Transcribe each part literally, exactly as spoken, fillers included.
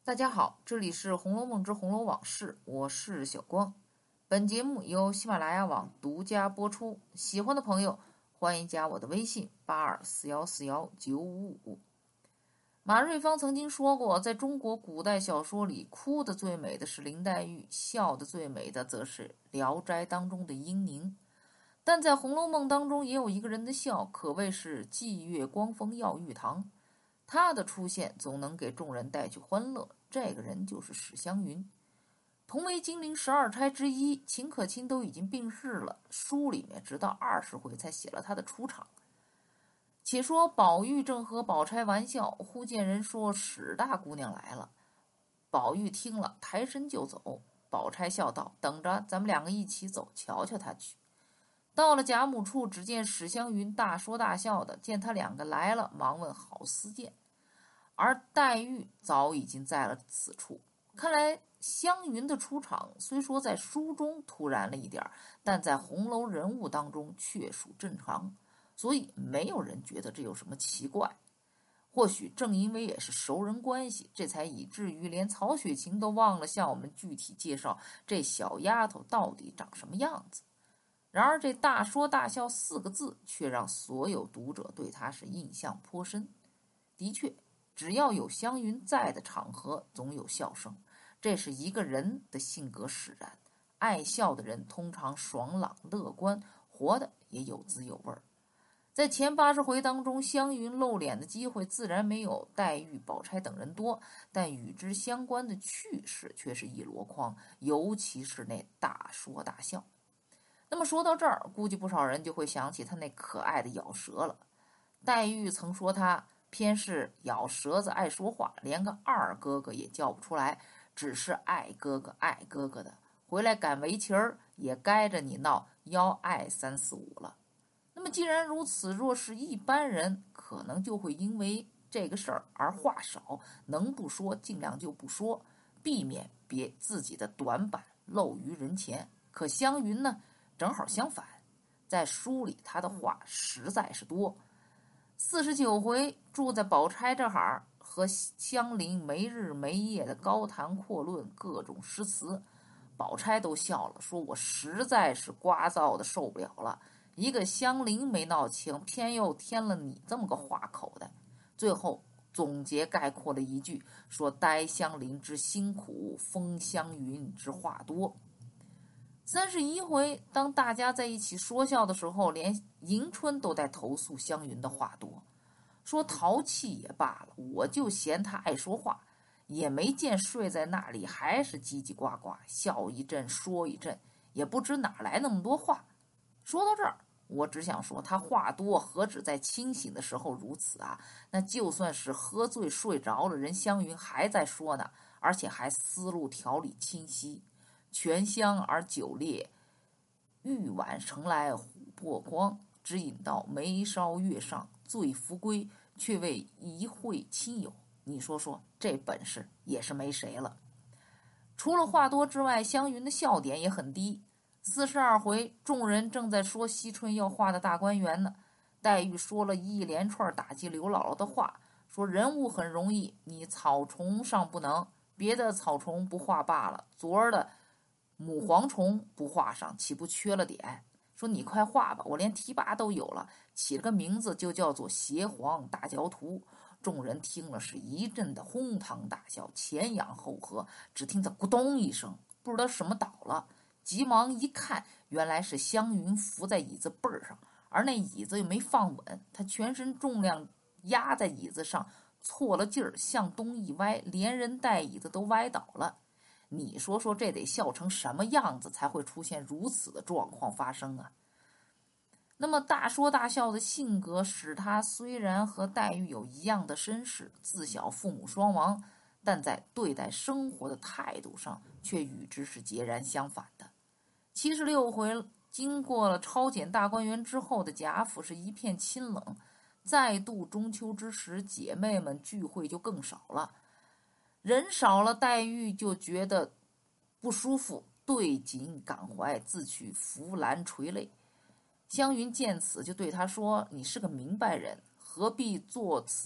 大家好，这里是《红楼梦之红楼往事》，我是小光。本节目由喜马拉雅网独家播出，喜欢的朋友欢迎加我的微信八二四幺四幺九五五。马瑞芳曾经说过，在中国古代小说里，哭的最美的是林黛玉，笑的最美的则是《聊斋》当中的英宁。但在《红楼梦》当中，也有一个人的笑，可谓是霁月光风耀玉堂。他的出现总能给众人带去欢乐，这个人就是史湘云。同为金陵十二钗之一，秦可卿都已经病逝了，书里面直到二十回才写了他的出场。且说宝玉正和宝钗玩笑，忽见人说史大姑娘来了。宝玉听了，抬身就走。宝钗笑道：“等着，咱们两个一起走，瞧瞧他去。”到了贾母处，只见史湘云大说大笑的，见他两个来了，忙问好私见。而黛玉早已经在了此处。看来湘云的出场虽说在书中突然了一点，但在红楼人物当中确属正常，所以没有人觉得这有什么奇怪。或许正因为也是熟人关系，这才以至于连曹雪芹都忘了向我们具体介绍这小丫头到底长什么样子。然而这大说大笑四个字却让所有读者对他是印象颇深。的确，只要有湘云在的场合，总有笑声，这是一个人的性格使然。爱笑的人通常爽朗乐观，活得也有滋有味。在前八十回当中，湘云露脸的机会自然没有黛玉、宝钗等人多，但与之相关的趣事却是一箩筐，尤其是那大说大笑。那么说到这儿，估计不少人就会想起他那可爱的咬舌了。黛玉曾说他偏是咬舌子爱说话，连个二哥哥也叫不出来，只是爱哥哥爱哥哥的，回来赶围棋儿也该着你闹幺爱三四五了。那么既然如此，若是一般人，可能就会因为这个事儿而话少，能不说尽量就不说，避免别自己的短板露于人前。可湘云呢，正好相反，在书里他的话实在是多。四十九回住在宝钗这哈，和香菱没日没夜的高谈阔论各种诗词，宝钗都笑了，说我实在是聒噪的受不了了，一个香菱没闹清，偏又添了你这么个话口的。最后总结概括了一句，说呆香菱之辛苦，风香云之话多。三十一回，当大家在一起说笑的时候，连迎春都在投诉湘云的话多，说淘气也罢了，我就嫌他爱说话，也没见睡在那里还是叽叽呱呱，笑一阵说一阵，也不知哪来那么多话。说到这儿，我只想说，他话多何止在清醒的时候如此啊？那就算是喝醉睡着了，人湘云还在说呢，而且还思路条理清晰。泉香而酒冽，玉碗盛来琥珀光，只饮到眉梢月上，醉扶归，却为一会亲友。你说说，这本事也是没谁了。除了话多之外，湘云的笑点也很低。四十二回，众人正在说惜春要画的大观园呢，黛玉说了一连串打击刘姥姥的话，说人物很容易，你草虫上不能，别的草虫不画罢了，昨儿的母蝗虫不画上，岂不缺了点？说你快画吧，我连提拔都有了，起了个名字就叫做邪黄大焦图。众人听了是一阵的哄堂大笑，前仰后合，只听得咕咚一声，不知道什么倒了，急忙一看，原来是湘云伏在椅子背上，而那椅子又没放稳，他全身重量压在椅子上，错了劲儿，向东一歪，连人带椅子都歪倒了。你说说这得笑成什么样子才会出现如此的状况发生啊？那么大说大笑的性格使他虽然和黛玉有一样的身世，自小父母双亡，但在对待生活的态度上却与之是截然相反的。七十六回经过了抄检大观园之后的贾府是一片清冷，再度中秋之时，姐妹们聚会就更少了。人少了，黛玉就觉得不舒服，对紧感怀，自去扶栏垂泪。湘云见此就对他说，你是个明白人，何必做此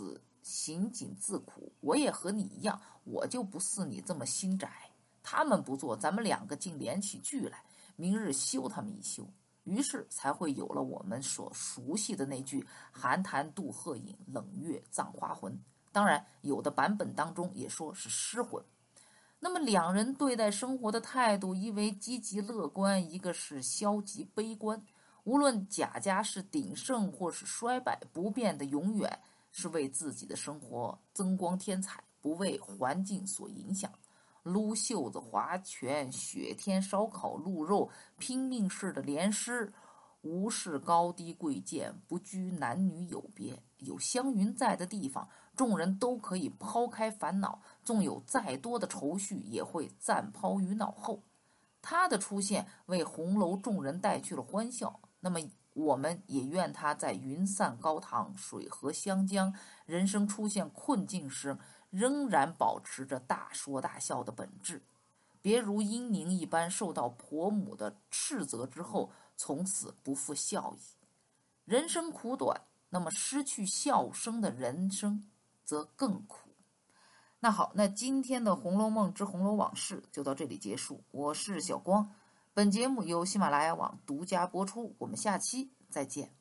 行谨自苦，我也和你一样，我就不似你这么心窄。他们不做，咱们两个竟连起剧来，明日休他们一休。于是才会有了我们所熟悉的那句寒潭渡鹤影，冷月葬花魂。当然，有的版本当中也说是失魂。那么两人对待生活的态度，一为积极乐观，一个是消极悲观。无论贾家是鼎盛或是衰败，不变的永远是为自己的生活增光添彩，不为环境所影响。撸袖子、划拳、雪天烧烤、鹿肉，拼命式的连诗，无视高低贵贱，不拘男女有别。有湘云在的地方，众人都可以抛开烦恼，纵有再多的愁绪，也会暂抛于脑后。他的出现为红楼众人带去了欢笑，那么我们也愿他在云散高堂，水和湘江，人生出现困境时，仍然保持着大说大笑的本质，别如英宁一般受到婆母的斥责之后，从此不复笑意。人生苦短，那么失去笑声的人生则更苦。那好，那今天的《红楼梦之红楼往事》就到这里结束。我是小光，本节目由喜马拉雅网独家播出，我们下期再见。